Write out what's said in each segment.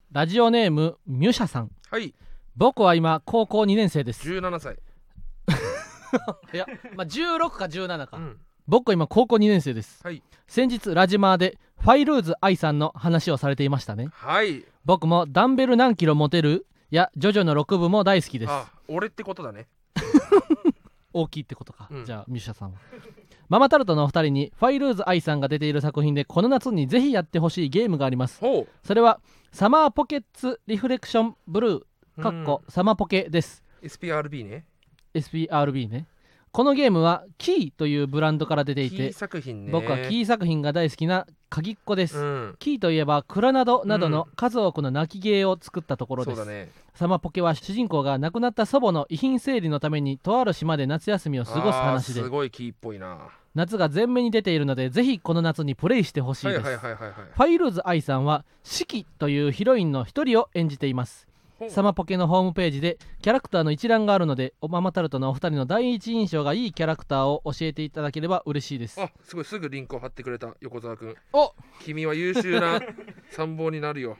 ラジオネームミュシャさん。 はい。 僕は今高校2年生です。 17歳。 いや、16か17か、 うん、 僕は今高校2年生です。 はい。 先日ラジマーでファイルーズ愛さんの話をされていましたね。 はい。 僕もダンベル何キロ持てるやジョジョの6部も大好きです。 あ、俺ってことだね。 大きいってことか、 うん、 じゃあミュシャさんはママタルトのお二人にファイルーズ愛さんが出ている作品でこの夏にぜひやってほしいゲームがあります。それはサマーポケッツリフレクションブルーサマポケです。 SPRB ね。 SPRB ね。このゲームはキーというブランドから出ていて、 キー作品ね、 僕はキー作品が大好きな鍵っ子です、 うん、 キーといえばクラナドなどの数多くの泣きゲーを作ったところです、 そうだね。 サマポケは主人公が亡くなった祖母の遺品整理のためにとある島で夏休みを過ごす話で、 すごいキーっぽいな。 夏が前面に出ているのでぜひこの夏にプレイしてほしいです。ファイルーズ愛さんはシキというヒロインの一人を演じています。サマポケのホームページでキャラクターの一覧があるので、ママタルトのお二人の第一印象がいいキャラクターを教えていただければ嬉しいです。 あ、すごい、すぐリンクを貼ってくれた横澤くん。 お、 君は優秀な参謀になるよ。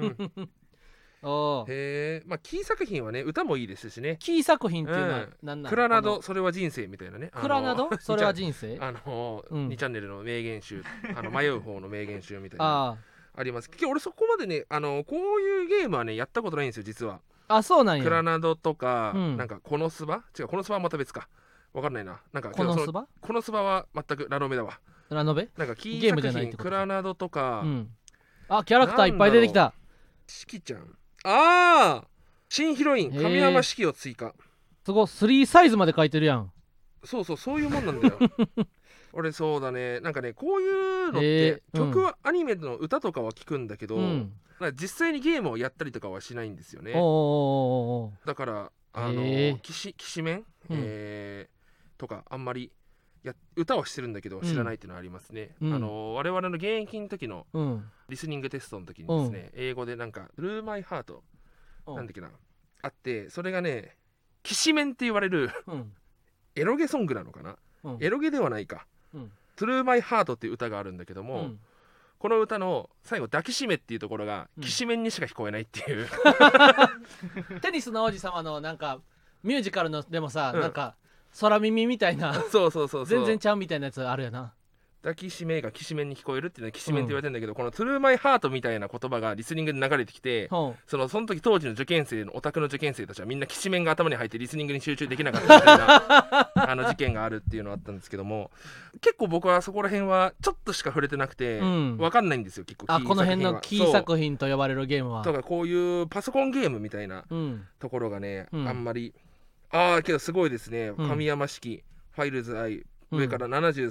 おへえ、キー作品はね、歌もいいですしね。 キー作品っていうのは何なの？ クラナドそれは人生みたいなね。 クラナドそれは人生 2チャンネルの名言集、迷う方の名言集みたいなあります。今日俺そこまでね、こういうゲームはねやったことないんですよ実は。 あ、そうなんや。 クラナドとか、なんかこのスバ、違う、このスバはまた別か、わかんないな。なんかこのスバ、 このスバは全くラノベだわ。 ラノベなんかキー作品クラナドとか、 あ、キャラクターいっぱい出てきた。 シキちゃん、新ヒロイン神山四季を追加。 すごい、3サイズまで書いてるやん。 そういうもんなんだよ。俺そうだね、なんかね、こういうのって曲はアニメの歌とかは聞くんだけど、実際にゲームをやったりとかはしないんですよね。だからきしめんとかあんまり歌はしてるんだけど知らないっていうのはありますね。我々の現役の時のリスニングテストの時にですね、英語でなんか「ルーマイハート」なんだっけなあって、それがねきしめんって言われるエロゲソングなのかな、エロゲではないか、トゥルーマイハートっていう歌があるんだけども、この歌の最後抱きしめっていうところがきしめんにしか聞こえないっていう、 テニスの王子様のなんかミュージカルのでもさ、なんか空耳みたいなそう全然ちゃうみたいなやつあるよな。 抱きしめがきしめんに聞こえるっていうのはきしめんって言われてるんだけど、このトゥルーマイハートみたいな言葉がリスニングで流れてきて、その時当時の受験生のオタクの受験生たちはみんなきしめんが頭に入ってリスニングに集中できなかったみたいな事件があるっていうのがあったんですけども、結構僕はそこら辺はちょっとしか触れてなくて、分かんないんですよ結構。 この辺のキー作品と呼ばれるゲームはとか、こういうパソコンゲームみたいなところがね、あんまりけどすごいですね。神山式ファイルズアイ、上から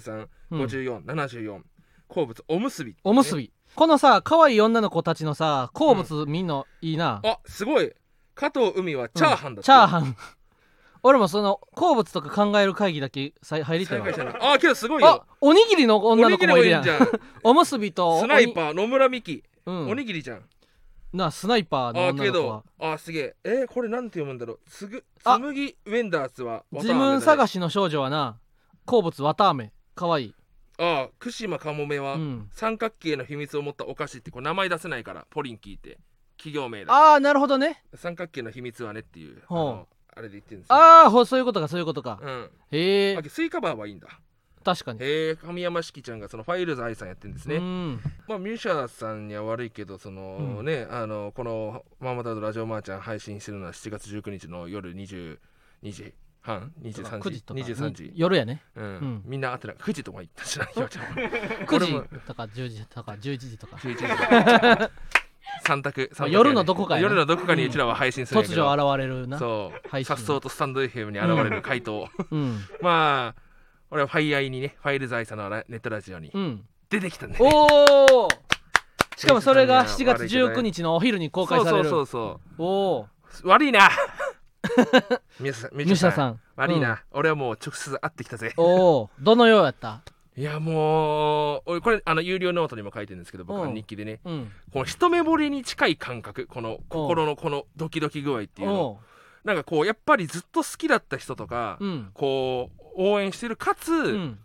73、54、74、好物おむすび、 おむすび。このさ可愛い女の子たちのさ好物みんないいな。 すごい。加藤海はチャーハンだって。 チャーハン。俺もその好物とか考える会議だけ入りたいわ。 けどすごいよ。 おにぎりの女の子もいるやん。おむすびとスナイパー野村美希、おにぎりじゃんな。スナイパーの女の子はすげえ。これなんて読むんだろう。つむぎウェンダースは自分探しの少女はな、好物わたあめかわいい。 串間かもめは三角形の秘密を持ったお菓子って、こう名前出せないからポリンキーって企業名だ。 なるほどね。 三角形の秘密はねっていう、あれで言ってるんですよ。 そういうことかそういうことか。 へえ。スイカバーはいいんだ。 確かに。 神山式ちゃんがそのファイルズ愛さんやってるんですね。ミュシャさんには悪いけど、そのね、このママタルトラジオマーちゃん配信してるのは7月19日の夜22時半、23時夜やね。 みんな会ってない。9時とか行ったしな。9 時とか10時とか11時とか 11時とか3択、 夜のどこか夜のどこかにうちらは配信するんやけど、 突如現れるな。 さっそうとスタンド FM に現れる回答。俺はファイアイにね、ファイルズ愛さんのネットラジオに出てきたんで、 しかもそれが7月19日のお昼に公開される。 悪いなミシャさん悪いな。俺はもう直接会ってきたぜ。 どのようやった？ いやもう俺これ有料ノートにも書いてるんですけど、僕は日記でね、この一目惚れに近い感覚、この心のこのドキドキ具合っていうの、なんかこうやっぱりずっと好きだった人とか、こう応援してるかつ、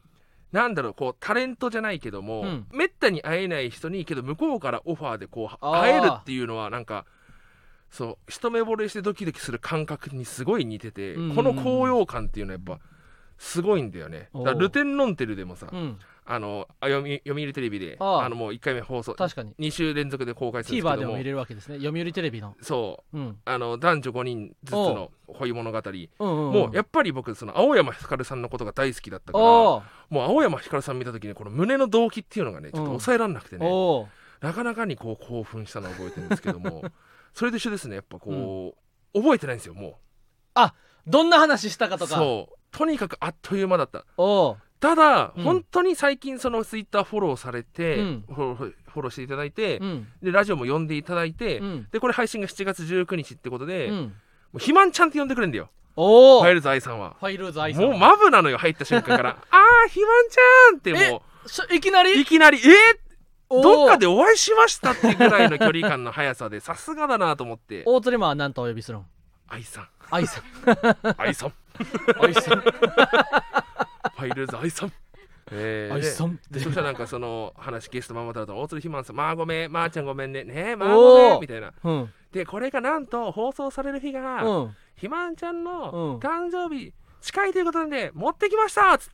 なんだろうこうタレントじゃないけども、めったに会えない人にけど向こうからオファーでこう会えるっていうのはなんかそう一目惚れしてドキドキする感覚にすごい似てて、この高揚感っていうのはやっぱすごいんだよね。だからルテンノンテルでもさ、読売テレビでもう1回目放送確かに 2週連続で公開するんですけども TVer でも見れるわけですね。読売テレビのそう、男女5人ずつの恋物語、もうやっぱり僕その青山ひかるさんのことが大好きだったから、もう青山ひかるさん見た時にこの胸の動機っていうのがねちょっと抑えられなくてね、なかなかにこう興奮したのを覚えてるんですけどもそれと一緒ですね。やっぱこう、覚えてないんですよもう。 どんな話したかとか。 そうとにかくあっという間だった。ただ、本当に最近そのツイッターフォローされて、フォローしていただいて、でラジオも呼んでいただいて、でこれ配信が7月19日ってことで、もう肥満ちゃんって呼んでくれるんだよ。ファイルズ愛さんは。 ファイルズ愛さんもうマブなのよ入った瞬間から肥満ちゃんってもういきなりどっかでお会いしましたってぐらいの距離感の速さでさすがだなと思って。 大鶴マンは何とお呼びするの？ 愛さん愛さん愛さん愛さんファイルズ愛さん愛さんでそしたらなんかその話ゲストママタルと大鶴ひまんさん、まあごめんまーちゃんごめんねまあごめんみたいな、でこれがなんと放送される日が、ひまんちゃんの誕生日近いということなんで持ってきましたっつって、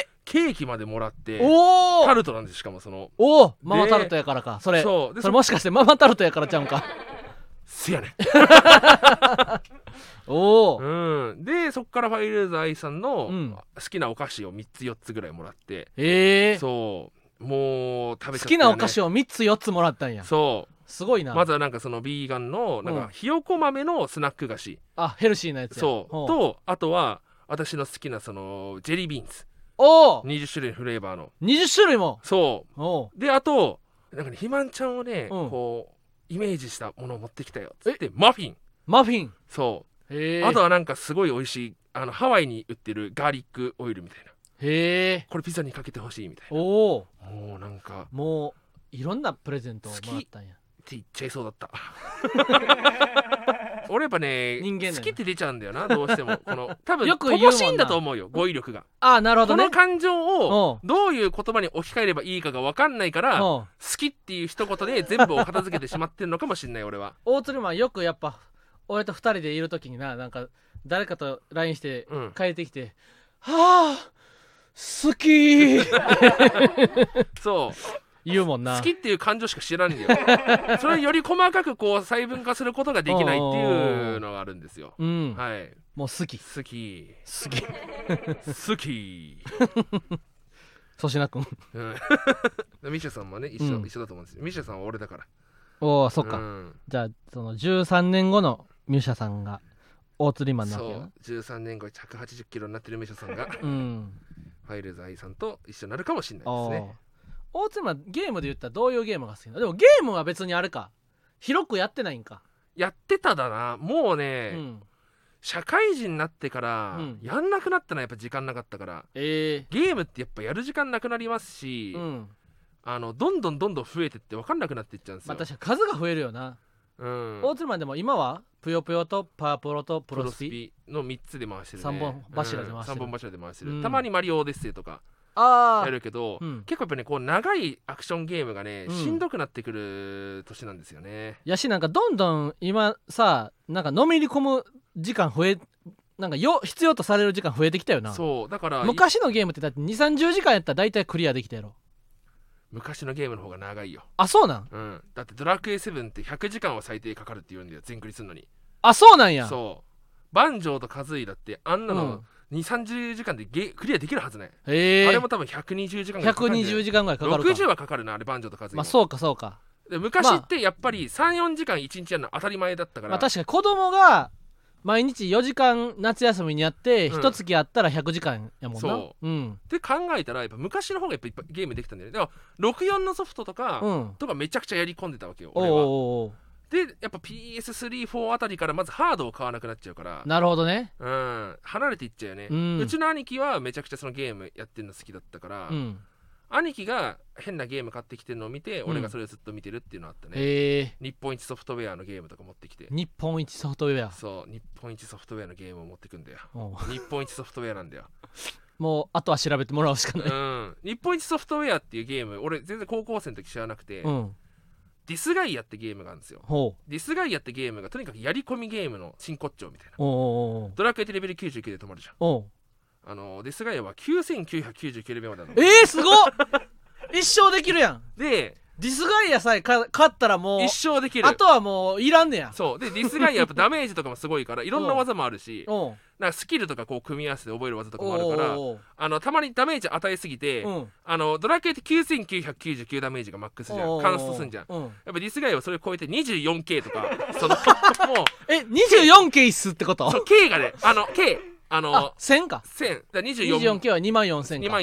ケーキまでもらって、タルトなんです。しかもそのママタルトやからか。それもしかしてママタルトやからちゃうんか。 せやねでそっからファイルズ愛さんの好きなお菓子を3つ4つぐらいもらって、そうもう食べちゃったよね。 好きなお菓子を3つ4つもらったんや。 そうすごいな。 まずはなんかそのビーガンのなんかひよこ豆のスナック菓子、 ヘルシーなやつや。 そうとあとは私の好きなそのジェリービーンズ20種類フレーバーの 20種類も。 そうであとなんかねひまんちゃんをね、こうイメージしたものを持ってきたよっつってマフィンそうあとはなんかすごい美味しいハワイに売ってるガーリックオイルみたいな、これピザにかけてほしいみたいな。もうなんかもういろんなプレゼントをもらったんやって言っちゃいそうだった俺やっぱね好きって出ちゃうんだよなどうしてもこの多分乏しいんだと思うよ語彙力が。 なるほどね。 この感情をどういう言葉に置き換えればいいかが分かんないから好きっていう一言で全部を片付けてしまってるのかもしれない俺は。 大鶴マンよくやっぱ俺と2人でいる時になんか誰かと LINE して帰ってきて、はあ好きそう言うもんな。 好きっていう感情しか知らんよそれより細かくこう細分化することができないっていうのがあるんですよ。はい、 もう好き好き粗品くんミシャさんもね一緒だと思うんですよ。ミシャさんは俺だから。 そっか、じゃあその13年後のミシャさんが大釣りマンなわけやな。 そう13年後180キロになってるミシャさんがファイルズ愛さんと一緒になるかもしれないですね。 大津マンゲームで言ったらどういうゲームが好きなの？でもゲームは別にあれか広くやってないんか。 やってただなもうね、社会人になってから、やんなくなったのはやっぱ時間なかったから、ゲームってやっぱやる時間なくなりますし、どんどん増えてって分かんなくなっていっちゃうんですよ。 確かに数が増えるよな。大津マンでも今はぷよぷよとパワプロとプロスピの3つで回してるね。 3本柱で回してる、 3本柱で回してる、たまにマリオオデッセイとかやるけど、結構やっぱねこう長いアクションゲームがね、しんどくなってくる年なんですよね。 やしなんかどんどん今さなんかのめり込む時間なんか必要とされる時間増えてきたよな。 そうだから昔のゲームってだって 2,30 時間やったら大体クリアできたやろ。 昔のゲームの方が長いよ。 そうなん？ だってドラクエ7って100時間は最低かかるって言うんだよ全クリするのに。 そうなんや。 そうバンジョーとカズイだってあんなの、2,30 時間でクリアできるはずね。あれも多分120時間ぐらいかかる。 120時間ぐらいかかるか。 60はかかるなあれバンジョーとカズイ。 そうかで昔ってやっぱり 3,4 時間1日やるの当たり前だったから、 確かに子供が毎日4時間夏休みにやって1月あったら100時間やもんな。 って考えたらやっぱ昔の方がやっぱゲームできたんだよね。だから64のソフトとかめちゃくちゃやり込んでたわけよ俺は。でやっぱ PS3、4 あたりからまずハードを買わなくなっちゃうから。 なるほどね。 離れていっちゃうよね。うちの兄貴はめちゃくちゃそのゲームやってるの好きだったから、兄貴が変なゲーム買ってきてるのを見て、俺がそれをずっと見てるっていうのあったね。日本一ソフトウェアのゲームとか持ってきて。 日本一ソフトウェア。 そう日本一ソフトウェアのゲームを持ってくんだよ。日本一ソフトウェアなんだよ。 もうあとは調べてもらうしかない、 日本一ソフトウェアっていうゲーム俺全然高校生の時知らなくて、ディスガイアってゲームがあるんですよ。ディスガイアってゲームがとにかくやり込みゲームの真骨頂みたいな。ドラクエってレベル99で止まるじゃん。ディスガイアは9999レベルまであるの。 すごっ一生できるやん。でディスガイアさえ勝ったらもう一生できる。 あとはもういらんねや。 そうでディスガイアやっぱダメージとかもすごいからいろんな技もあるしなんかスキルとかこう組み合わせて覚える技とかもあるからたまにダメージ与えすぎてドラクエって9999ダメージがマックスじゃん。カンストすんじゃん。やっぱディスガイアはそれを超えて 24K とかそのもう 24K 数ってこと？ そう K がねK 1000か 1000だ 24K は24000か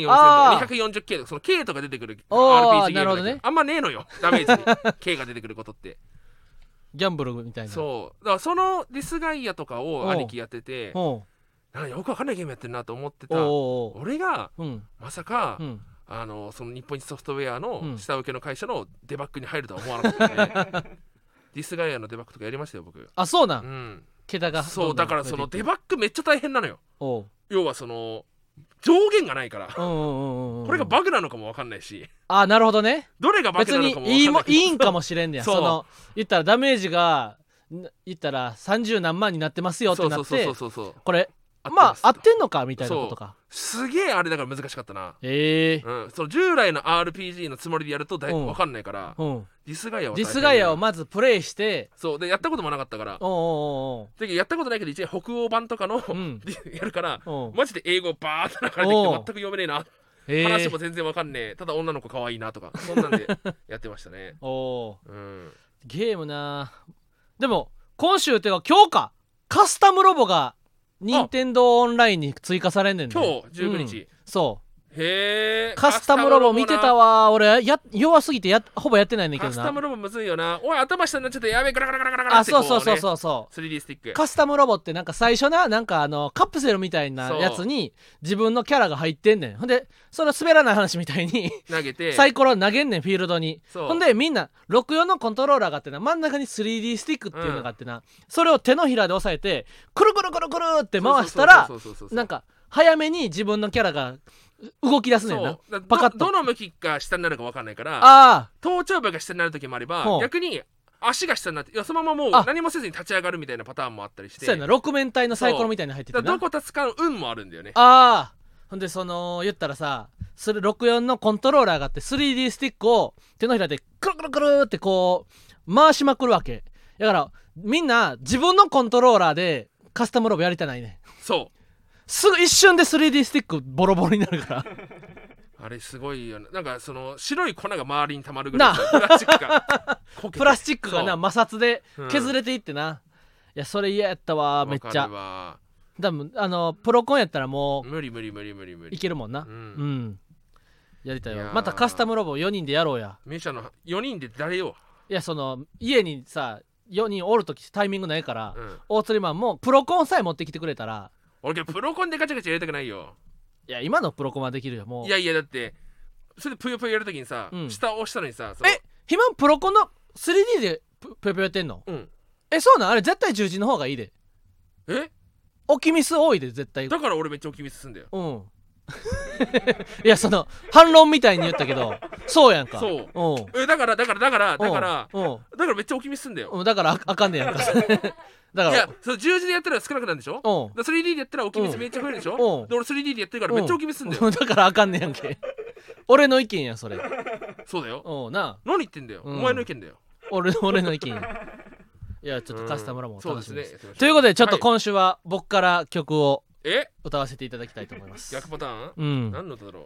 24000とかその K とか出てくる RPG ゲームだけどあんまねえのよダメージにK が出てくることってギャンブルみたいな。 そうだからそのディスガイアとかを兄貴やっててよくわかんないゲームやってるなと思ってた俺がまさかその日本一ソフトウェアの下請けの会社のデバッグに入るとは思わなかったねディスガイアのデバッグとかやりましたよ僕。 あ、そうなん桁がそうだからそのデバッグめっちゃ大変なのよ。要はその上限がないからこれがバグなのかも分かんないし。 あ、なるほどね。 どれがバグなのかも分かんない別にいいんかもしれんねや。その言ったらダメージが言ったら30何万になってますよってなってこれまあ合ってんのかみたいなことか。 すげえあれだから難しかったな。その従来の RPG のつもりでやると分かんないからディスガイアをまずプレイしてそうでやったこともなかったからでやったことないけど一応北欧版とかのやるからマジで英語バーって流れてきて全く読めねえな話も全然わかんねえただ女の子可愛いなとかそんなんでやってましたねゲームな。でも今週っていうか今日かカスタムロボが任天堂オンラインに追加されんねんね。 今日19日、 そうへえカスタムロボ見てたわ。俺弱すぎてほぼやってないねんけどな。 カスタムロボむずいよな。おい頭下になっちゃってやべえガラガラガラガラガラってこう、ね、 そう 3D スティックカスタムロボってなんか最初なんかカプセルみたいなやつに自分のキャラが入ってんねん。ほんでその滑らない話みたいに投げてサイコロ投げんねんフィールドに。ほんでみんな64のコントローラーがあってな真ん中に 3D スティックっていうのがあってな、それを手のひらで押さえてくるくるくるくるって回したらなんか早めに自分のキャラが動き出すねんな。パカッとどの向きが下になるか分かんないから頭頂部が下になる時もあれば逆に足が下になってそのままもう何もせずに立ち上がるみたいなパターンもあったりして。 そうやな6面体のサイコロみたいに入っててな。 どこ立つかの運もあるんだよね。 ほんで言ったらさそれ64のコントローラーがあって 3D スティックを手のひらでくるくるくるってこう回しまくるわけだからみんな自分のコントローラーでカスタムロボやりたないね。 そうすぐ一瞬で 3D スティックボロボロになるからあれすごいよね。なんかその白い粉が周りにたまるぐらいプラスチックがプラスチックがな摩擦で削れていってな、いやそれ嫌やったわめっちゃ。多分プロコンやったらもう無理いけるもんな。やりたいわ。またカスタムロボ4人でやろうや。 ミシャの4人で誰よ。 いやその家にさ4人おるときタイミングないから、大釣りマンもプロコンさえ持ってきてくれたら。 俺プロコンでガチャガチャやりたくないよ。 いや今のプロコンはできるよもう。 いやだってそれでぷよぷよやるときにさ、下押したのにさ今プロコンの 3D でぷよぷよやってんの？そうなん？あれ絶対十字の方がいいで。置きミス多いで絶対。 だから俺めっちゃ置きミスすんだよ。 いやその反論みたいに言ったけどそうやんか。 そうだからめっちゃ置きミスすんだよ。 だからあかんねやんかだからいやその十字でやったら少なくなるんでしょ。3D でやったら置きミスめっちゃ増えるでしょ。で俺 3D でやってるからめっちゃ置きミスすんだよ。 だからあかんねやんけ俺の意見やそれ。 そうだよ。 何言ってんだよ。お前の意見だよ。 俺の意見や。いやちょっとカスタムラボも楽しみです。ということでちょっと今週は僕から曲を歌わせていただきたいと思います。 逆パターン？何の歌だろう。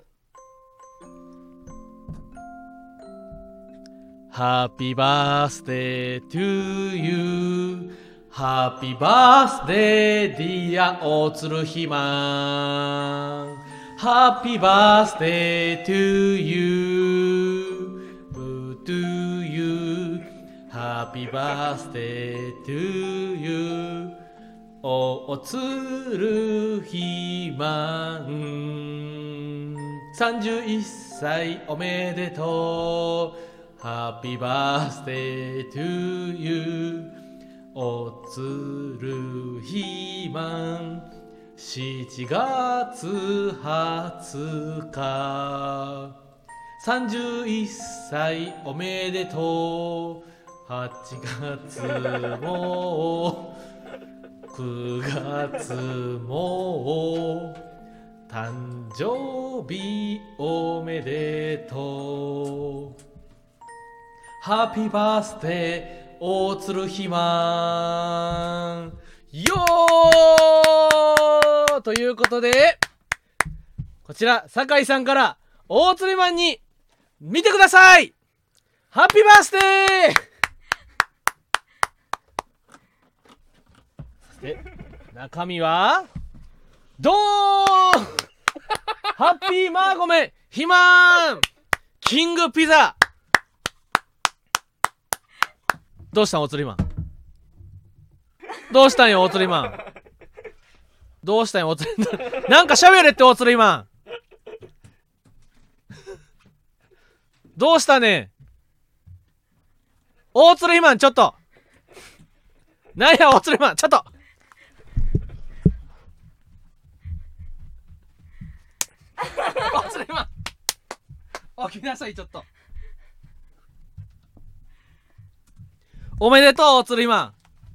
Happy birthday to you Happy birthday dear 大鶴ひま Happy birthday to you to you Happy birthday to you 大鶴ひま31歳おめでとうHappy birthday to you おつるひまん 7月20日31歳おめでとう。8月も9月も誕生日おめでとう。ハッピーバースデー大鶴ひまんよーということで、こちら酒井さんから大鶴ひまんに見てください。ハッピーバースデー。そして中身はドーンハッピーマーゴメひまんキングピザ。どうしたん大鶴ひまん。どうしたんよ大鶴ひまん。どうしたんよ大鶴ひまん。なんか喋れって大鶴ひまん。どうしたねん大鶴ひまん。ちょっとなんや大鶴ひまん。ちょっと大鶴ひまん起きなさい。ちょっとおめでとう大鶴ひまん。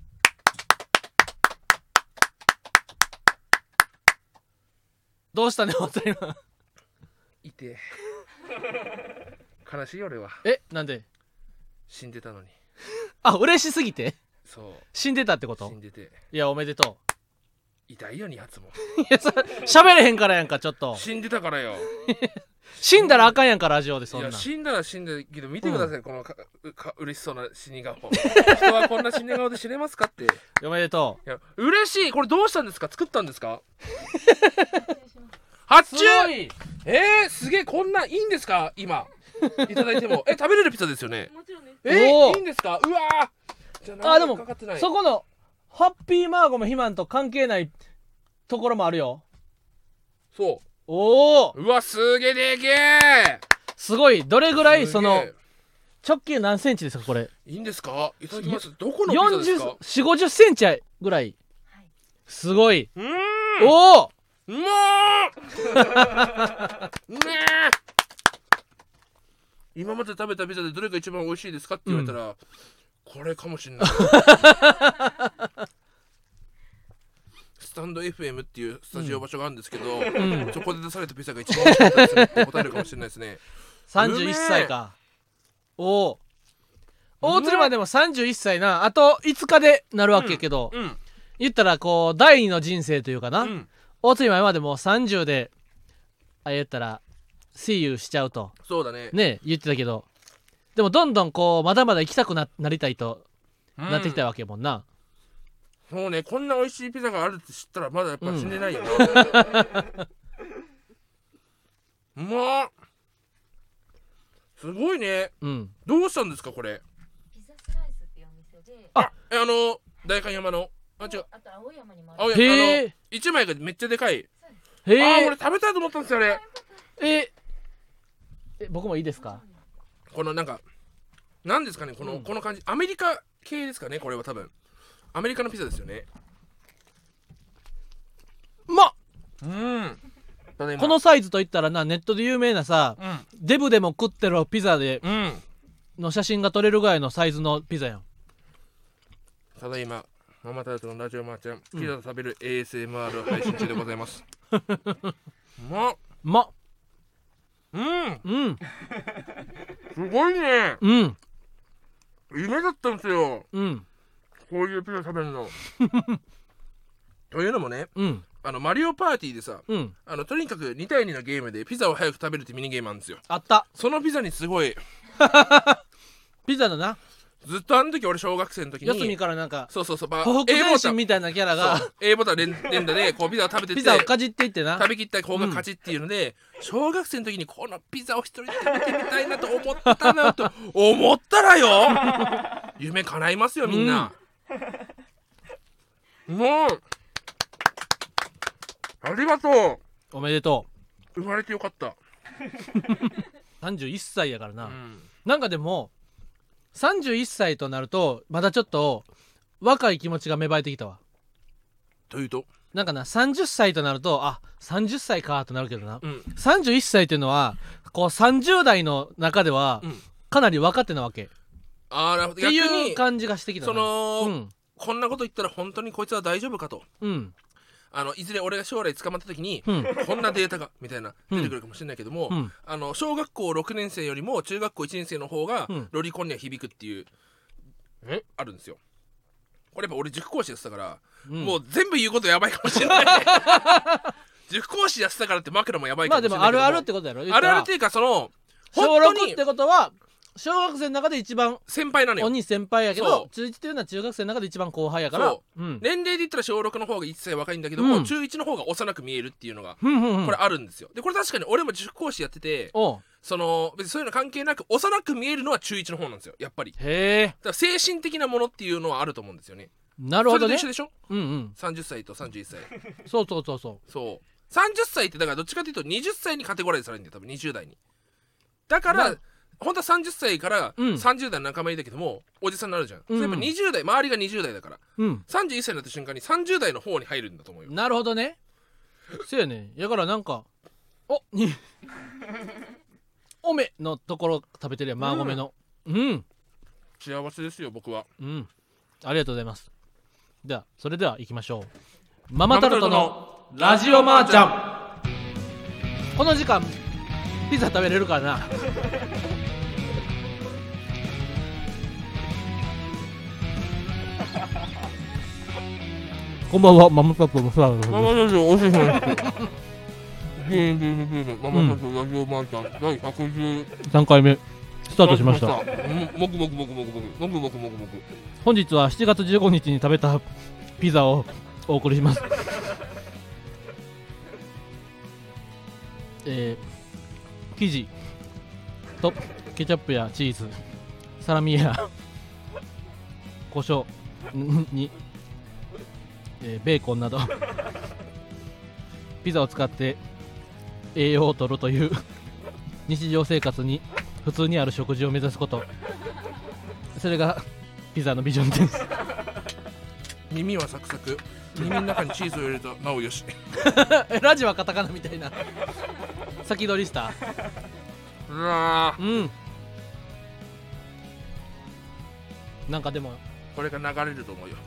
どうしたね大鶴ひまん。 いて悲しい俺は。 なんで。 死んでたのに。 あ、嬉しすぎて。 そう死んでたってこと。 死んでて。 いやおめでとう。 痛いよにやつも。 いや喋れへんからやんか。ちょっと死んでたからよ。 死んだらあかんやんかラジオで。そんな。 いや死んだら死んでるけど見てください、この嬉しそうな死に顔。人はこんな死に顔で死ねますかって。 おめでとう。いや嬉しい。これどうしたんですか。作ったんですか。発注。すげえ。こんないいんですか今いただいても。食べれるピザですよね。 もちろんです。 いいんですか。うわじゃあでもそこのハッピーマーゴもヒマンと関係ないところもあるよ。 そう。 おお。 うわすげえでけえ。 すごい。どれぐらいその直径何センチですかこれ。 いいんですか。いただきます。どこのピザですか。 40、50センチぐらい。すごい。 おお。うまーねえ。今まで食べたピザでどれが一番美味しいですかって言われたら、これかもしれない。スタンド FM っていうスタジオ場所があるんですけど、そこで出されたピザが一番美味しかったですねって答えるかもしれないですね。 31歳か。大鶴までも31歳な。あと5日でなるわけやけど、言ったらこう第二の人生というかな、大鶴今までもう30で言ったらSee you しちゃうと。 そうだね。 言ってたけど、でもどんどんこうまだまだ行きたく なりたいとなってきたわけやもんな。 そうね。こんな美味しいピザがあるって知ったらまだやっぱ死んでないよな。うまっ。すごいね。どうしたんですかこれ。 ピザスライスっていうお店で。 代官山の。あ違う。 あと青山にもある。へえ。1枚がめっちゃでかい。へえ。俺食べたいと思ったんですよね。 僕もいいですか。 このなんかなんですかね、この感じ。アメリカ系ですかね。これは多分アメリカのピザですよね。 このサイズといったらな、ネットで有名なさ、デブでも食ってるピザで、の写真が撮れるぐらいのサイズのピザやん。 ただいまママタルトのラジオマーちゃん、ピザ食べる ASMR 配信中でございます。すごいね。夢だったんですよ、こういうピザ食べるの。というのもね、マリオパーティーでさ、とにかく2対2のゲームでピザを早く食べるってミニゲームあるんですよ。 あった。 そのピザにすごいピザだな。 ずっとあの時俺小学生の時に四隅からなんかそう東北前進みたいなキャラが A ボタン連打でこうピザを食べててピザをかじっていってな、 食べきった方が勝ちっていうので、小学生の時にこのピザを一人で食べてみたいなと思ったなと思ったらよ夢叶いますよみんな。もうありがとう。 おめでとう。生まれてよかった。 31歳やからな、なんかでも31歳となるとまだちょっと若い気持ちが芽生えてきたわ。 というとなんかな30歳となると30歳かとなるけどな、 うん、 31歳っていうのはこう30代の中ではかなり若手なわけ、 なるほど。 っていう感じがしてきたな。 こんなこと言ったら本当にこいつは大丈夫かと、いずれ俺が将来捕まった時に、こんなデータがみたいな出てくるかもしれないけども、小学校6年生よりも中学校1年生の方がロリコンには響くっていう、あるんですよ。これやっぱ俺塾講師やってたから、もう全部言うことやばいかもしれない塾講師やってたからって枕もやばいかもしれないけども、 でもあるあるってことやろ。 あるあるっていうかその小6ってことは小学生の中で一番先輩なのよ。 鬼先輩やけど中1っていうのは中学生の中で一番後輩やから、 年齢で言ったら小6の方が1歳若いんだけども、中1の方が幼く見えるっていうのがこれあるんですよ。でこれ確かに俺も塾講師やってて、その別にそういうの関係なく幼く見えるのは中1の方なんですよやっぱり。 へえ。 だから精神的なものっていうのはあると思うんですよね。 なるほどね。 それと一緒でしょ。30歳と31歳そう 30歳ってだからどっちかというと20歳にカテゴライズされるんだよ多分20代に。だから本当は30歳から30代の仲間いいだけども、おじさんになるじゃん。それやっぱ20代周りが20代だから、31歳になった瞬間に30代の方に入るんだと思うよ。 なるほどね。そうやね。だからなんかおめのところ食べてるやん、マーゴメの。 幸せですよ僕は。 ありがとうございます。ではそれでは行きましょう。ママタルトのラジオマーちゃん。この時間ピザ食べれるからな。こんばんは、ママタルトのさ。 ママタルトおいしいです。ママタルトラジオマーちゃん第113 回目スタートしました。 もぐもぐもぐもぐもぐもぐもぐもぐもぐ。 本日は7月15日に食べたピザをお送りします。生地とケチャップやチーズ、サラミや胡椒に、ベーコンなどピザを使って栄養を取るという日常生活に普通にある食事を目指すこと、それがピザのビジョンです。 耳はサクサク、耳の中にチーズを入れるとなおよし。 ラジはカタカナみたいな先取りした。 うわなんかでもこれが流れると思うよ。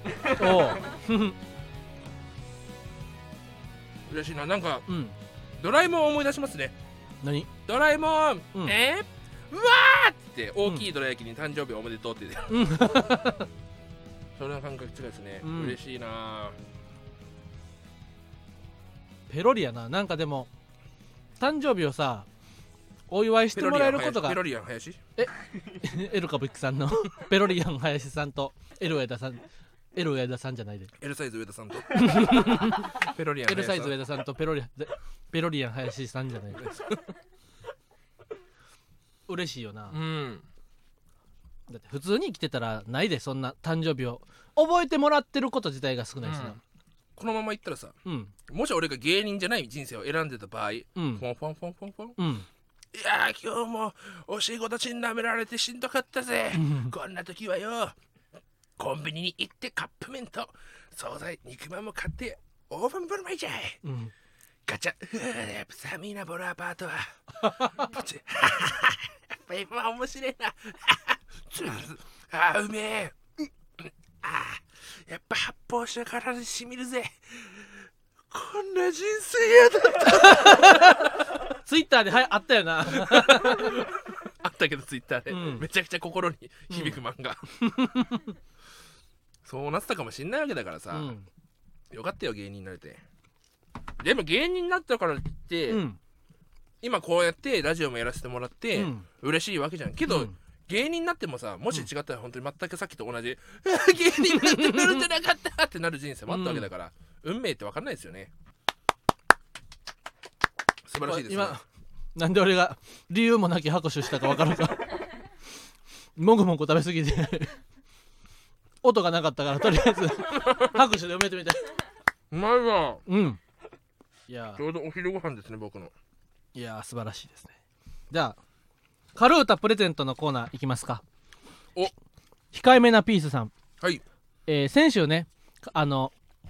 嬉しいな。なんか、ドラえもんを思い出しますね。 何？ ドラえもん、うわーって大きいどら焼きに誕生日おめでとうって言って、それの感覚違いですね。嬉しいな。 ペロリやな。なんかでも誕生日をさお祝いしてもらえることがペロリアン林エル歌舞伎さんのペロリアン林さんとエル上田さんじゃないで L サイズ上田さんとペロリアン L サイズ上田さんとペロリアン林さんじゃないで嬉しいよな。だって普通に生きてたらないで、そんな誕生日を覚えてもらってること自体が少ないしな。 このままいったらさ、もし俺が芸人じゃない人生を選んでた場合、フォンフォンフォンフォンフォン、いやー今日もお仕事ちんなめられてしんどかったぜ。こんな時はよ、コンビニに行ってカップ麺と惣菜肉まんも買ってオーブン振る舞いじゃい、ガチャやっぱ寒いなボロアパートはプチやっぱ今面白いなうめえやっぱ発泡酒からでしみるぜ。こんな人生やだったツイッターであったよなあったけどツイッターで、めちゃくちゃ心に響く漫画、そうなってたかもしんないわけだからさ、よかったよ芸人になれて。でも芸人になったからって、今こうやってラジオもやらせてもらって、嬉しいわけじゃんけど、芸人になってもさ、もし違ったら本当に全くさっきと同じ、芸人になってなるんじゃなかったってなる人生もあったわけだから、運命って分かんないですよね。素晴らしいですね。 今なんで俺が理由もなき拍手したか分かるかもぐもぐ食べ過ぎて音がなかったからとりあえず拍手で埋めてみたい。 うまいわ。 いやちょうどお昼ご飯ですね僕の。 いや素晴らしいですね。じゃあカルータプレゼントのコーナーいきますか。控えめなピースさん、 はい。 先週ね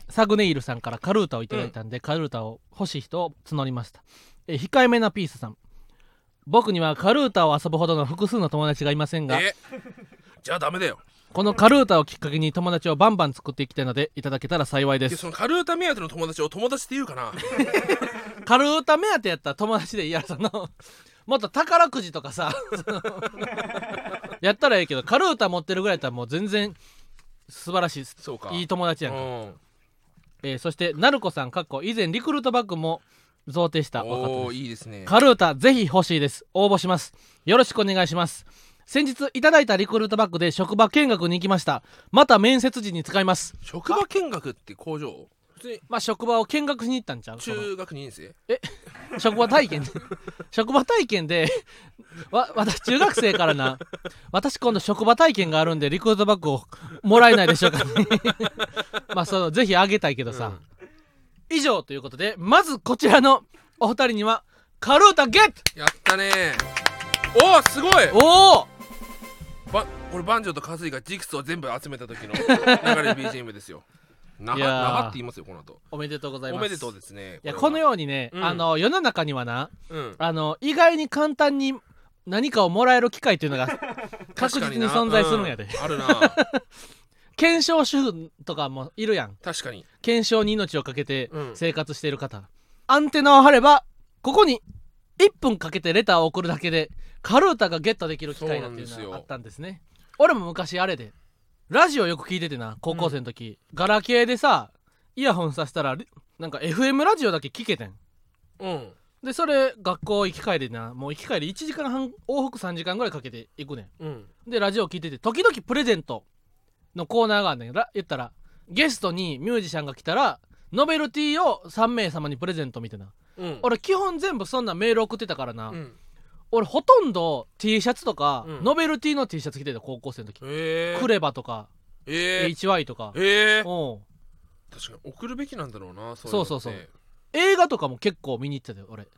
サグネイルさんからカルータをいただいたんで、カルータを欲しい人を募りました。控えめなピースさん、僕にはカルータを遊ぶほどの複数の友達がいませんが、 じゃあダメだよ。 このカルータをきっかけに友達をバンバン作っていきたいのでいただけたら幸いです。 そのカルータ目当ての友達を友達って言うかなカルータ目当てやったら友達でいや、もっと宝くじとかさやったらいいけど、カルータ持ってるぐらいだったらもう全然素晴らしい、 そうか、 いい友達やんか。そしてナルコさん以前リクルートバッグも贈呈した若手です。 いいですね。 カルータぜひ欲しいです。応募します。よろしくお願いします。先日いただいたリクルートバッグで職場見学に行きました。また面接時に使います。 職場見学って工場？ まあ職場を見学しに行ったんちゃう？ 中学2年生？ 職場体験職場体験で私中学生からな、私今度職場体験があるんでリクルートバッグをもらえないでしょうかねまあぜひあげたいけどさ、以上ということで、まずこちらのお二人にはカルータゲット。 やったね。おーすごい。 おお、 これバンジョーとカズイがジクスを全部集めた時の流れ BGM ですよ。なはって言いますよこの後。 おめでとうございます。 おめでとうですね。 いやこのようにね、世の中にはな、意外に簡単に何かをもらえる機会というのが確実に存在するんやで。 あるな検証主婦とかもいるやん。 確かに検証に命をかけて生活している方、アンテナを張ればここに1分かけてレターを送るだけでカルータがゲットできる機会だっていうのがあったんですね。俺も昔あれでラジオよく聞いててな、高校生の時、ガラケーでさイヤホンさせたらなんか FM ラジオだけ聞けてん。でそれ学校行き帰りな、もう行き帰り1時間半往復3時間ぐらいかけて行くねん。でラジオ聞いてて時々プレゼントのコーナーがあんねん。言ったらゲストにミュージシャンが来たらノベルティを3名様にプレゼントみたいな、俺基本全部そんなメール送ってたからな、俺ほとんど T シャツとか、ノベルティの T シャツ着てた高校生の時、クレバとか、HY とか、確かに送るべきなんだろうな。 そう映画とかも結構見に行ってたよ俺。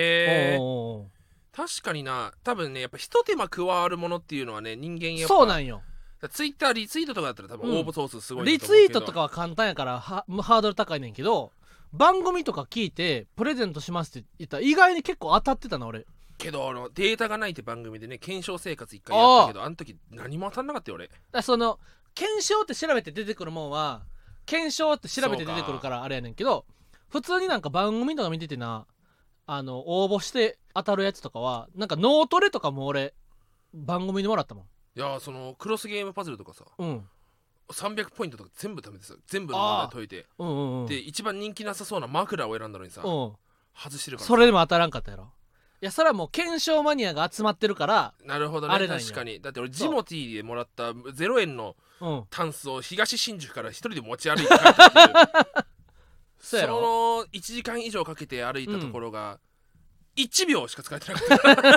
確かにな。多分ねやっぱ一手間加わるものっていうのはね、人間やっぱそうなんよ。 ツイッターリツイートとかだったら多分応募総数すごい、 リツイートとかは簡単やからハードル高いねんけど、番組とか聞いてプレゼントしますって言ったら意外に結構当たってたな俺。 けどデータがないって番組でね、検証生活一回やったけど、あの時何も当たんなかったよ俺。 その検証って調べて出てくるもんは検証って調べて出てくるからあれやねんけど、普通になんか番組とか見ててな、応募して当たるやつとかはなんか脳トレとかも俺番組でもらったもん。 いやそのクロスゲームパズルとかさ、300ポイントとか全部貯めてさ、全部の問題解いて、で一番人気なさそうな枕を選んだのにさ、外してるから。 それでも当たらんかったやろ。いやそれはもう検証マニアが集まってるから。 なるほどね。あれ確かに。だって俺ジモティーでもらった0円のタンスを東新宿から一人で持ち歩いて帰ったっていうその1時間以上かけて歩いたところが1秒しか使えてなか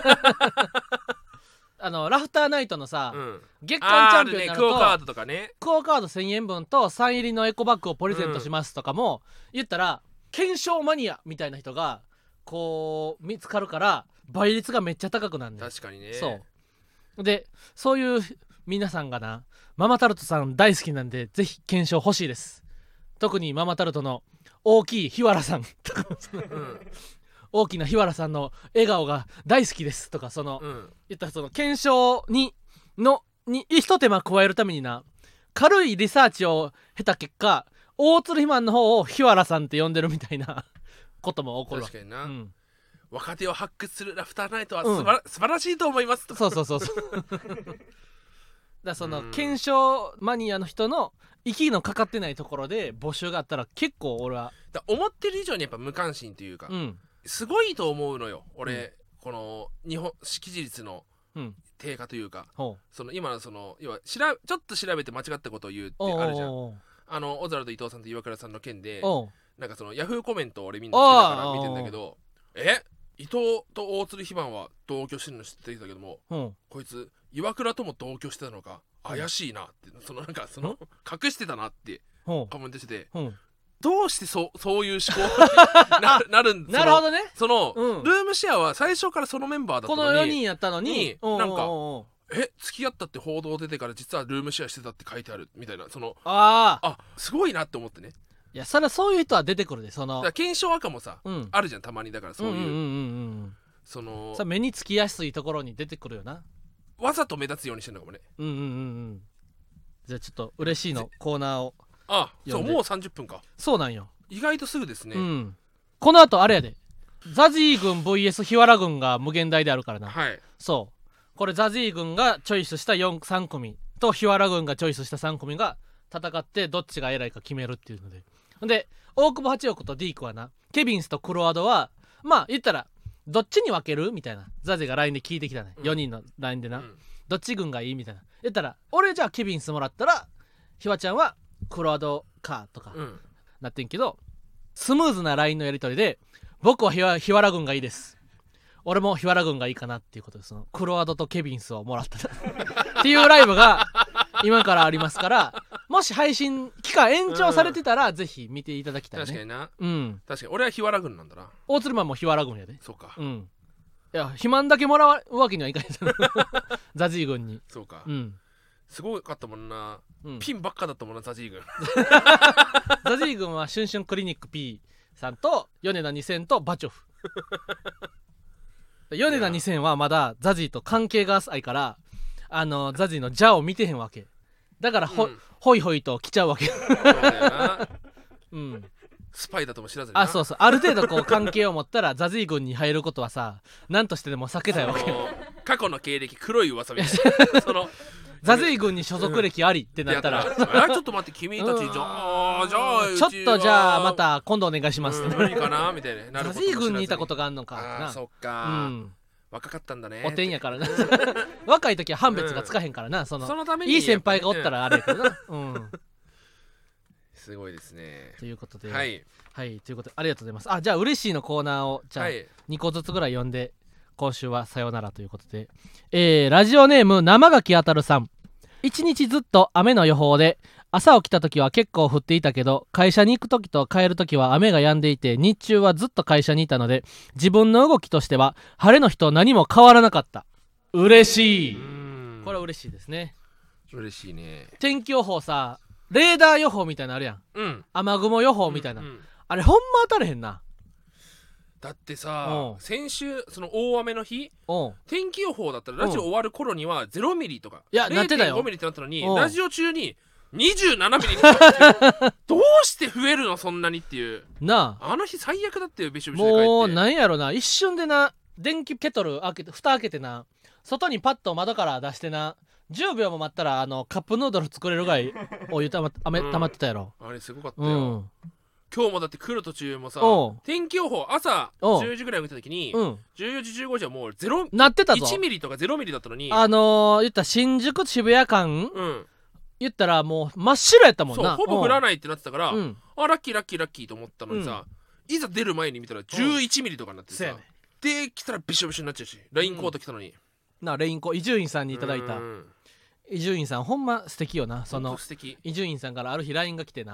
ったラフターナイトのさ、月間チャンピオンになると、 クオカードとかね、 クオカード1000円分とサイン入りのエコバッグをプレゼントしますとかも、言ったら検証マニアみたいな人がこう見つかるから倍率がめっちゃ高くなるね。 確かにね。 そうで、そういう皆さんがなママタルトさん大好きなんでぜひ検証欲しいです。特にママタルトの大きい日原さん大きな日原さんの笑顔が大好きですとか、言ったらその検証に一手間加えるためにな、軽いリサーチを経た結果大鶴ひまんの方を日原さんって呼んでるみたいなことも起こるわ。 確かにな、若手を発掘するラフターナイトは素晴らしいと思いますと。 そうだその検証マニアの人の息のかかってないところで募集があったら結構俺は思ってる以上にやっぱ無関心というか、すごいと思うのよ俺、この日本識字率の低下というか、その今のその要はちょっと調べて間違ったことを言うってあるじゃん。オズワルド伊藤さんと岩倉さんの件でなんかそのヤフーコメントを俺みんな好きだから見てんだけど、伊藤と大鶴ひまんは同居してるの知ってたけども、こいつ岩倉とも同居してたのか怪しいなって、そのなんかその隠してたなってコメントしてて、どうしてそういう思考になるんですか。 なるほどね。 その、ルームシェアは最初からそのメンバーだったのに、 この4人やったのになんか付き合ったって報道出てから実はルームシェアしてたって書いてあるみたいな、そのすごいなって思ってね。 いやそれはそういう人は出てくるでそのだから検証赤もさ、 うん、 あるじゃんたまに。だからそういうそのさ目につきやすいところに出てくるよな。 わざと目立つようにしてんのかもね。 じゃあちょっと嬉しいのコーナーをそうもう30分か。 そうなんよ。 意外とすぐですね。 この後あれやでザジー軍 VS 日原軍が無限大であるからな。 はいそうこれザジー軍がチョイスした3組と日原軍がチョイスした3組が戦ってどっちが偉いか決めるっていうので。で大久保八億とディークはなケビンスとクロアドはまあ言ったらどっちに分けるみたいなザジが LINE で聞いてきたね、4人の LINE でな、どっち軍がいいみたいな言ったら俺じゃあケビンスもらったらひわちゃんはクロアドかとかなってんけど、スムーズな LINE のやり取りで僕は日原軍がいいです、俺も日原軍がいいかなっていうことでそのクロアドとケビンスをもらったっていうライブが今からありますからもし配信期間延長されてたら、ぜひ見ていただきたいね。 確かにな、確かに俺は日原軍なんだな。 大鶴マンも日原軍やで。 そうか、 いや肥満だけもらうわけにはいかないザジー軍に。 そうか、すごかったもんな、ピンばっかだったもんなザジー軍ザジー軍はシュンシュンクリニック P さんと米田2000とバチョフ米田2000はまだザジーと関係が浅いからザジーのジャを見てへんわけだからホイホイと来ちゃうわけそうだよなスパイだとも知らずにな。 そうそうある程度こう関係を持ったらザジー軍に入ることはさ何としてでも避けたいわけ過去の経歴黒い噂みたいなそのザジー軍に所属歴ありってなったら、 ちょっと待って君たちじゃあちょっとじゃあまた今度お願いしますって無理かなみたいな。 ザジー軍にいたことがあんのかそっか、若かったんだね。 おてんやからな若い時は判別がつかへんからな、そのためにいい先輩がおったらあれやけどな、 すごいですね。 ということではい、 ということでありがとうございます。じゃあ嬉しいのコーナーをじゃあ2個ずつぐらい読んで今週はさよならということで、ラジオネーム生垣あたるさん。一日ずっと雨の予報で朝起きた時は結構降っていたけど会社に行く時と帰る時は雨が止んでいて日中はずっと会社にいたので自分の動きとしては晴れの日と何も変わらなかった。嬉しい。これは嬉しいですね。 嬉しいね。 天気予報さレーダー予報みたいなのあるやん、雨雲予報みたいな、あれほんま当たれへんな。 だってさ先週その大雨の日天気予報だったらラジオ終わる頃には0ミリとか 0.5 ミリってなったのにラジオ中に27ミリとかどうして増えるのそんなにっていうなあの日最悪だってよ。びしょびしょで帰ってもうなんやろな一瞬でな電気ケトル開けて蓋開けてな外にパッと窓から出してな10秒も待ったらカップヌードル作れるぐらいお湯たまってたやろ、 あれすごかったよ、今日もだって来る途中もさ天気予報朝10時ぐらい見た時に、14時15時はもう0 なってたぞ。 1ミリとか0ミリだったのに言った新宿渋谷間、言ったらもう真っ白やったもんな。 そうほぼ降らないってなってたから、ラッキーラッキーラッキーと思ったのにさ、いざ出る前に見たら11ミリとかになってさ、で来たらびしょびしょになっちゃうし、レインコート着たのに、 レインコート伊集院さんにいただいた、伊集院さんほんま素敵よな。その伊集院さんからある日 LINE が来て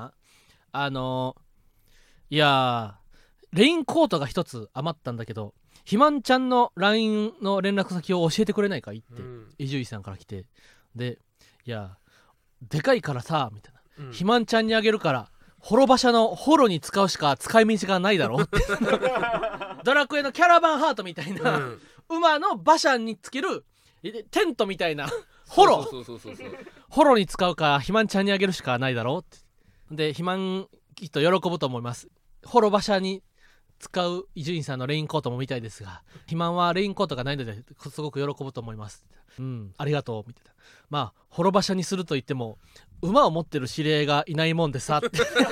ないやレインコートが一つ余ったんだけどひまんちゃんの LINE の連絡先を教えてくれないかいって伊集院さんから来て、でいやでかいからさみたいな、ひまんちゃんにあげるから滅馬車のホロに使うしか使い道がないだろってドラクエのキャラバンハートみたいな、馬の馬車につけるテントみたいなホロに使うかひまんちゃんにあげるしかないだろうってでひまんきっと喜ぶと思います。ホロ馬車に使う伊集院さんのレインコートもみたいですが肥満はレインコートがないのですごく喜ぶと思います。ありがとうみたいな。まあホロ馬車にすると言っても馬を持ってる指令がいないもんでさって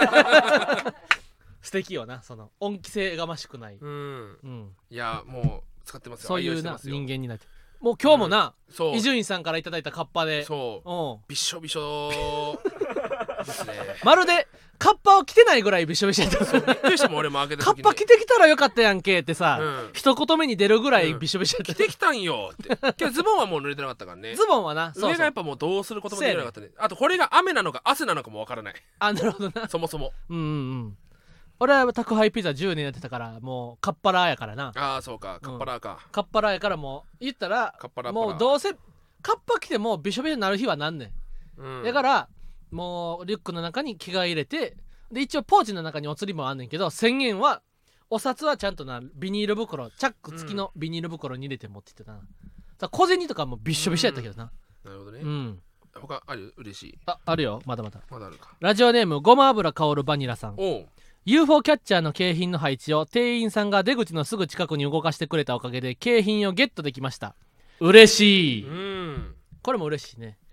素敵よな。その恩着せがましくない、 いやもう使ってますよ。 そういうな人間になってもう今日もな伊集院さんからいただいたカッパでびしょびしょですねまるでカッパを着てないぐらいびしょびしょやった。 びっくりしたもん俺も開けた時にカッパ着てきたらよかったやんけってさ、一言目に出るぐらいびしょびしょやった。 着てきたんよって今日ズボンはもう濡れてなかったからね。 ズボンはな上がやっぱもうどうすることもできなかったね。あとこれが雨なのか汗なのかもわからない。 なるほどな。 そもそも俺は宅配ピザ10年やってたからもうカッパラーやからな。 そうかカッパラーか、 カッパラーやからもう言ったらもうどうせカッパ着てもびしょびしょになる日はなんねん、だからもうリュックの中に着替え入れてで一応ポーチの中にお釣りもあんねんけど1000円はお札はちゃんとなビニール袋チャック付きのビニール袋に入れて持ってってたな、さ小銭とかもびっしょびしょやったけどな。 なるほどね、 うん、 他ある？嬉しい。 あるよ、まだまだあるか。 ラジオネームごま油香るバニラさん。 おう UFO キャッチャーの景品の配置を店員さんが出口のすぐ近くに動かしてくれたおかげで景品をゲットできました。嬉しい。これも嬉しいね。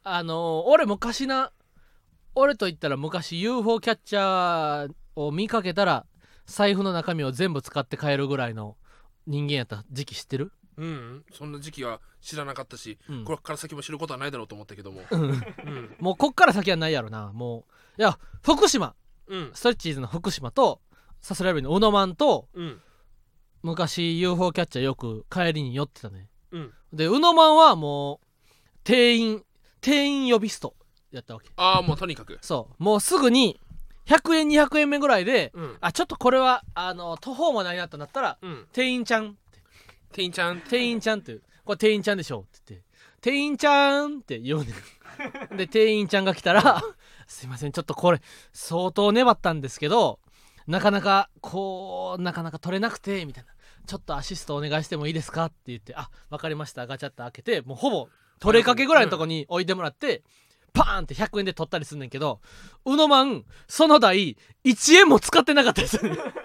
俺と言ったら昔 UFO キャッチャーを見かけたら財布の中身を全部使って帰るぐらいの人間やった時期知ってる？ そんな時期は知らなかったし、これから先も知ることはないだろうと思ったけども、 もうこっから先はないやろな。もういや福島、ストレッチーズの福島とサスライブのうのまんと、昔 UFO キャッチャーよく帰りに寄ってたね、でうのまんはもう店員呼び捨てやったわけ。 もうとにかくそうもうすぐに100円200円目ぐらいで、ちょっとこれは途方もないなとなったら、店員ちゃんってこれ店員ちゃんでしょって言って店員ちゃんって言うねんで店員ちゃんが来たらすいませんちょっとこれ相当粘ったんですけどなかなか取れなくてみたいな、ちょっとアシストお願いしてもいいですかって言って、わかりました、ガチャッと開けてもうほぼ取れかけぐらいのとこに置いてもらって、パーンって100円で取ったりすんねんけど、うのまんその台1円も使ってなかったです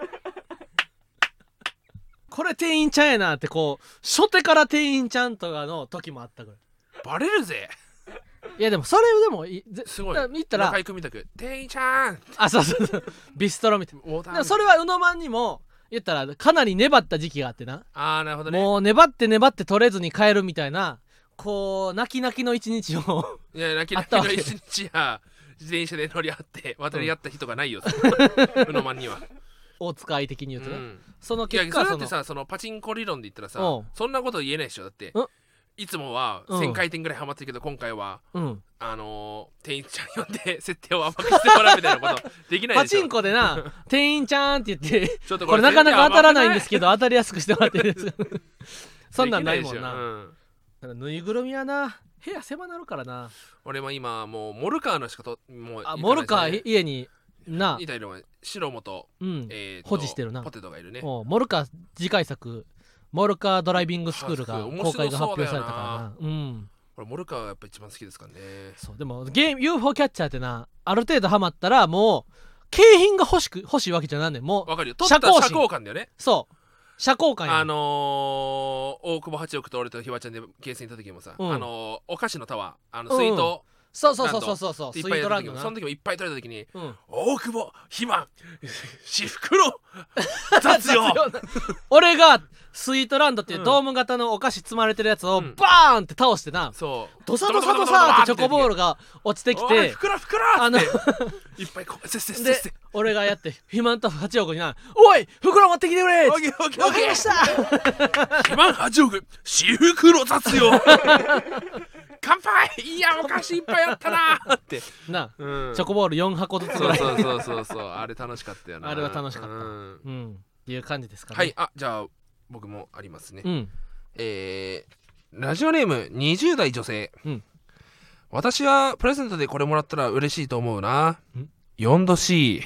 これ店員ちゃんやなってこう初手から店員ちゃんとかの時もあったぐらい。 バレるぜ。 いやでもそれでもすごい見たら中居君みたく店員ちゃんそうビストロみたいな。それはうのまんにも言ったらかなり粘った時期があってな。 なるほどね。 もう粘って取れずに帰るみたいな、こう泣きの一日をいや泣きの一日や自転車で乗り合って渡り合った人がないよ、うのまんには。 大塚愛的に言うとね、その結果それだってさ、そのパチンコ理論で言ったらさ、そんなこと言えないでしょ。だっていつもは1000回転ぐらいハマってるけど、今回は店員ちゃん呼んで設定を甘くしてもらうみたいなことできないでしょ。 パチンコでな店員ちゃんって言ってちょっとこれなかなか当たらないんですけど当たりやすくしてもらっていいですそんなんないもんな。ぬいぐるみはな部屋狭なるからな。 俺も今もうモルカーのしかもうモルカー家にないたいのは白本、 保持してるな。 ポテトがいるね。 モルカー次回作モルカードライビングスクールが公開が発表されたからな。 俺モルカーがやっぱ一番好きですからね。 そうでもUFO キャッチャーってなある程度ハマったらもう景品が欲しいわけじゃないねん。もうわかるよ。取った社交感だよね。 そう社交感や。 大久保八億と俺とひわちゃんでゲーセン行った時もさ、お菓子のタワースイート、 そうスイートランド、その時もいっぱい取れた時に、大久保肥満私袋雑用俺がスイートランドっていうドーム型のお菓子積まれてるやつをバーンって倒してな、ドサドサドサってチョコボールが落ちてきて、 ふくらっていっぱいこうで俺がやって肥満と8億にな、おい袋持ってきてくれっつって、わかりました肥満8億私袋雑用乾杯、いやお菓子いっぱいあったなってな、チョコボール4箱ずつぐらい。 そうあれ楽しかったよな。 あれは楽しかったっていう感じですかね。 はい、じゃあ僕もありますね。ラジオネーム20代女性、私はプレゼントでこれもらったら嬉しいと思うな。4度 C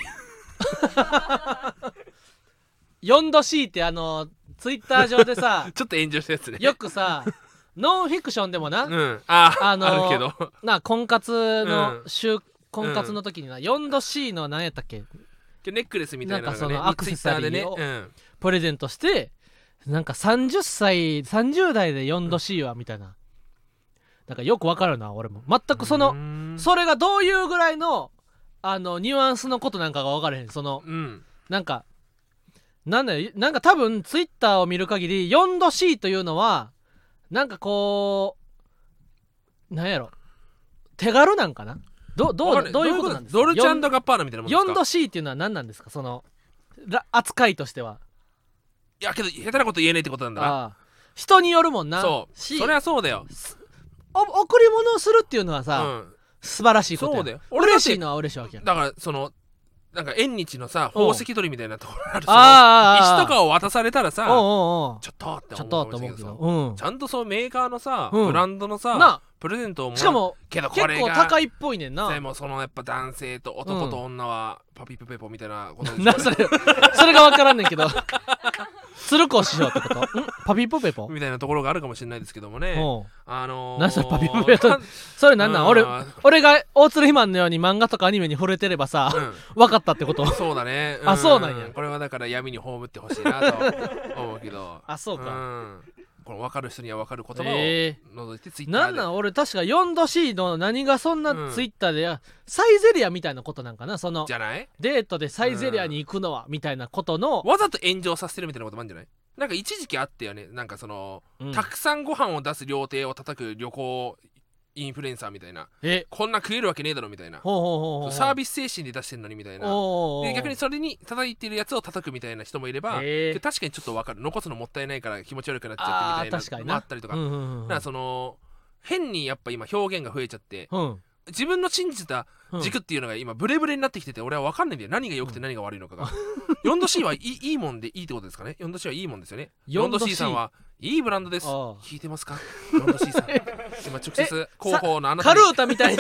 4度 C ってツイッター上でさちょっと炎上したやつね。 よくさノンフィクションでもな、 あるけどな婚活の婚活の時にな4度 C の何やったっけネックレスみたいなのがね、 なんかそのアクセサリーをプレゼントして、なんか30代で4度 C はみたいな、なんかよくわかるな。俺も全くそれがどういうぐらいのニュアンスのことなんかが分からへん。なんか多分ツイッターを見る限り4度 C というのはなんかこうなんやろ手軽なんかな。どういうことなんですか。 ドルチャンドガッパーナみたいなもんですか。 4度 C っていうのは何なんですか、その扱いとしては。 いやけど下手なこと言えないってことなんだな。 人によるもんな。 そりゃそうだよ。 贈り物をするっていうのはさ、素晴らしいことや。 そうだよ。 嬉しいのは嬉しいわけや。 だからそのなんか縁日のさ宝石取りみたいなところある石とかを渡されたらさちょっとって思うけど、ちゃんとそうメーカーのさブランドのさプレゼントをもらう。 しかもけど結構高いっぽいねんな。 でもそのやっぱ男性と男と女はパピプペポみたいなことでなそれが分からんねんけど鶴子師匠ってことパピプペポみたいなところがあるかもしれないですけどもね。 何それパピプペポそれなんなん、俺が大鶴ひまんのように漫画とかアニメに触れてればさ、分かったってこと。 そうだね。 あ、そうなんや。 これはだから闇に葬ってほしいなと思うけどあ、そうか。 この分かる人には分かる言葉を覗いてツイッターで、 なん俺確か 4°C の何がそんなツイッターで、サイゼリアみたいなことなんかな、そのじゃないデートでサイゼリアに行くのはみたいなことの、 わざと炎上させてるみたいなこともあるんじゃない。なんか一時期あったよね。なんかその、たくさんご飯を出す料亭を叩く旅行インフルエンサーみたいな、こんな食えるわけねえだろみたいな、サービス精神で出してんのにみたいな、で逆にそれに叩いてるやつを叩くみたいな人もいれば、確かにちょっと分かる、残すのもったいないから気持ち悪くなっちゃってみたいなのもあったりとか、だからその変にやっぱ今表現が増えちゃって、自分の信じた軸っていうのが今ブレブレになってきてて、俺は分かんないんだよ、何が良くて何が悪いのかが。4°C はいいもんでいいってことですかね。4°C はいいもんですよね。4°C さんはいいブランドです。聞いてますか 4°C さん。今直接広報のあなたにカルータみたいに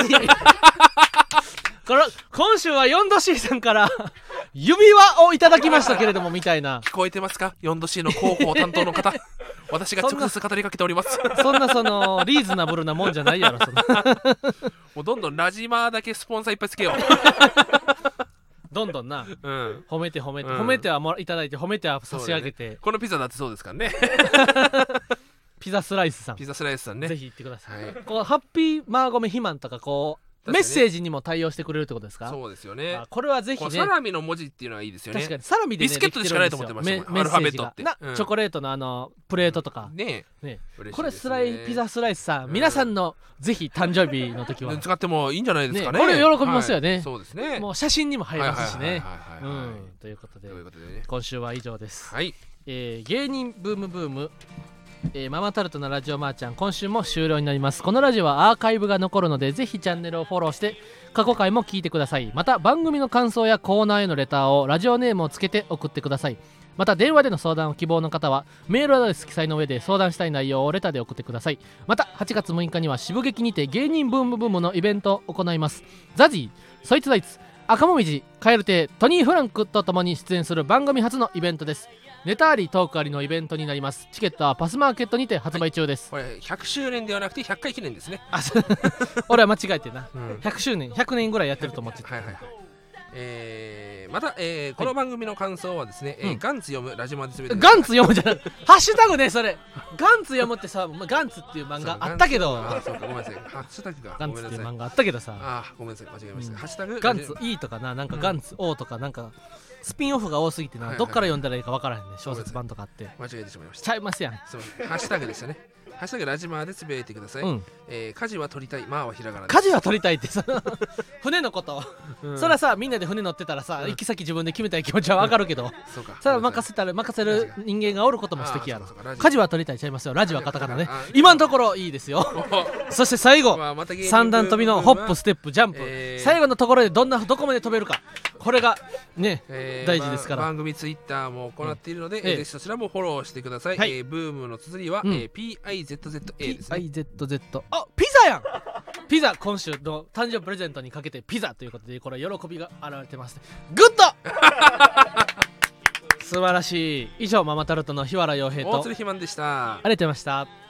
今週は 4°C さんから指輪をいただきましたけれどもみたいな。 聞こえてますか 4°C の広報担当の方。私が直接語りかけております。 そんなリーズナブルなもんじゃないやろもうどんどんラジマーだけスポンサーいっぱいつけよう。 どんどんな、褒めて褒めてはいただいて褒めては差し上げて、 このピザだってそうですからね。 ピザスライスさんね、 ぜひ行ってください。こうハッピーマーゴメ肥満とかこうメッセージにも対応してくれるってことですか。 そうですよね。 これはぜひね、 サラミの文字っていうのはいいですよね。 確かにサラミで、 ビスケットでしかないと思ってましたもん、アルファベットって。 チョコレートのプレートとかね、 これピザスライスさん、皆さんのぜひ誕生日の時は使ってもいいんじゃないですかね。 これ喜びますよね。 そうですね。 もう写真にも入りますしね。ということで今週は以上です。芸人ブームブーム、ママタルトのラジオマーちゃん、今週も終了になります。このラジオはアーカイブが残るので、ぜひチャンネルをフォローして過去回も聞いてください。また番組の感想やコーナーへのレターをラジオネームをつけて送ってください。また電話での相談を希望の方はメールアドレス記載の上で相談したい内容をレターで送ってください。また8月6日には渋劇にて芸人ブームブームのイベントを行います。ザジー、そいつだいつ、赤もみじ、カエル亭、トニー・フランクとともに出演する番組初のイベントです。ネタありトークありのイベントになります。チケットはパスマーケットにて発売中です。 これ100周年ではなくて100回記念ですね。 俺は間違えてな、100周年100年ぐらいやってると思ってた。 また、この番組の感想はですね、ガンツ読むラジマで全て。 ガンツ読むじゃない、ハッシュタグね、それガンツ読むってさ、ガンツっていう漫画あったけど、 そうか、ごめんなさい、ハッシュタグがガンツっていう漫画あったけどさ、 ごめんなさい、間違えました。ハッシュタグガンツ E とかなんかガンツ O とかなんかスピンオフが多すぎてな、どっから読んだらいいか分からへんね。小説版とかって間違えてしまいました。 ちゃいますやん。 すみません、ハッシュタグでしたね。ハッシュタグラジマーでつぶやいてください。舵は取りたい、まあはひらがなです。 舵は取りたいって船のことそれはさ、みんなで船乗ってたらさ、行き先自分で決めたい気持ちは分かるけど、それは任せる人間がおることも素敵やろ。舵は取りたいちゃいますよ。ラジはカタカナね。今のところいいですよ。そして最後三段跳びのホップステップジャンプ、最後のところでどこまで飛べるか、これがね大事ですから。 番組ツイッターも行っているので、ぜひそちらもフォローしてください。ブームの綴りは PIZZA ですね。 PIZZA、あ、ピザやん。ピザ、今週の誕生日プレゼントにかけてピザということで、これ喜びが現れてますね。グッド素晴らしい。以上、ママタルトの日原洋平と大鶴ひまんでした。 ありがとうございました。